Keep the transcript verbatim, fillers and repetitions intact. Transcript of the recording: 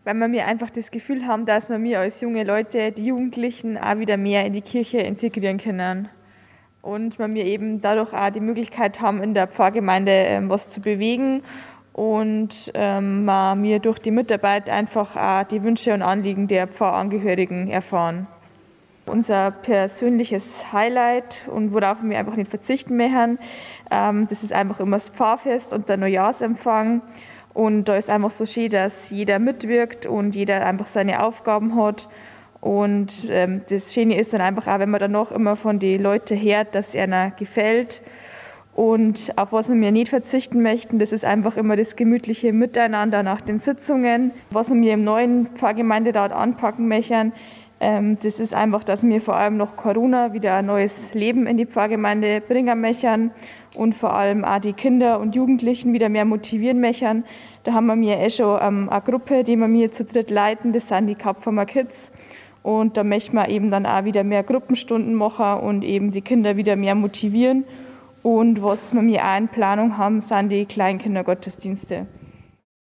weil wir mir einfach das Gefühl haben, dass wir mir als junge Leute, die Jugendlichen, auch wieder mehr in die Kirche integrieren können. Und weil wir eben dadurch auch die Möglichkeit haben, in der Pfarrgemeinde ähm, was zu bewegen und ähm, wir durch die Mitarbeit einfach auch die Wünsche und Anliegen der Pfarrangehörigen erfahren. Unser persönliches Highlight und worauf wir einfach nicht verzichten möchten, ähm, das ist einfach immer das Pfarrfest und der Neujahrsempfang. Und da ist einfach so schön, dass jeder mitwirkt und jeder einfach seine Aufgaben hat. Und ähm, das Schöne ist dann einfach auch, wenn man danach immer von den Leuten hört, dass es ihnen gefällt. Und auf was wir nicht verzichten möchten, das ist einfach immer das gemütliche Miteinander nach den Sitzungen. Was wir im neuen Pfarrgemeinderat anpacken möchten, ähm, das ist einfach, dass wir vor allem nach Corona wieder ein neues Leben in die Pfarrgemeinde bringen möchten und vor allem auch die Kinder und Jugendlichen wieder mehr motivieren möchten. Da haben wir eh schon ähm, eine Gruppe, die wir zu dritt leiten, das sind die Kapfermer Kids. Und da möchten wir eben dann auch wieder mehr Gruppenstunden machen und eben die Kinder wieder mehr motivieren. Und was wir auch in Planung haben, sind die Kleinkindergottesdienste.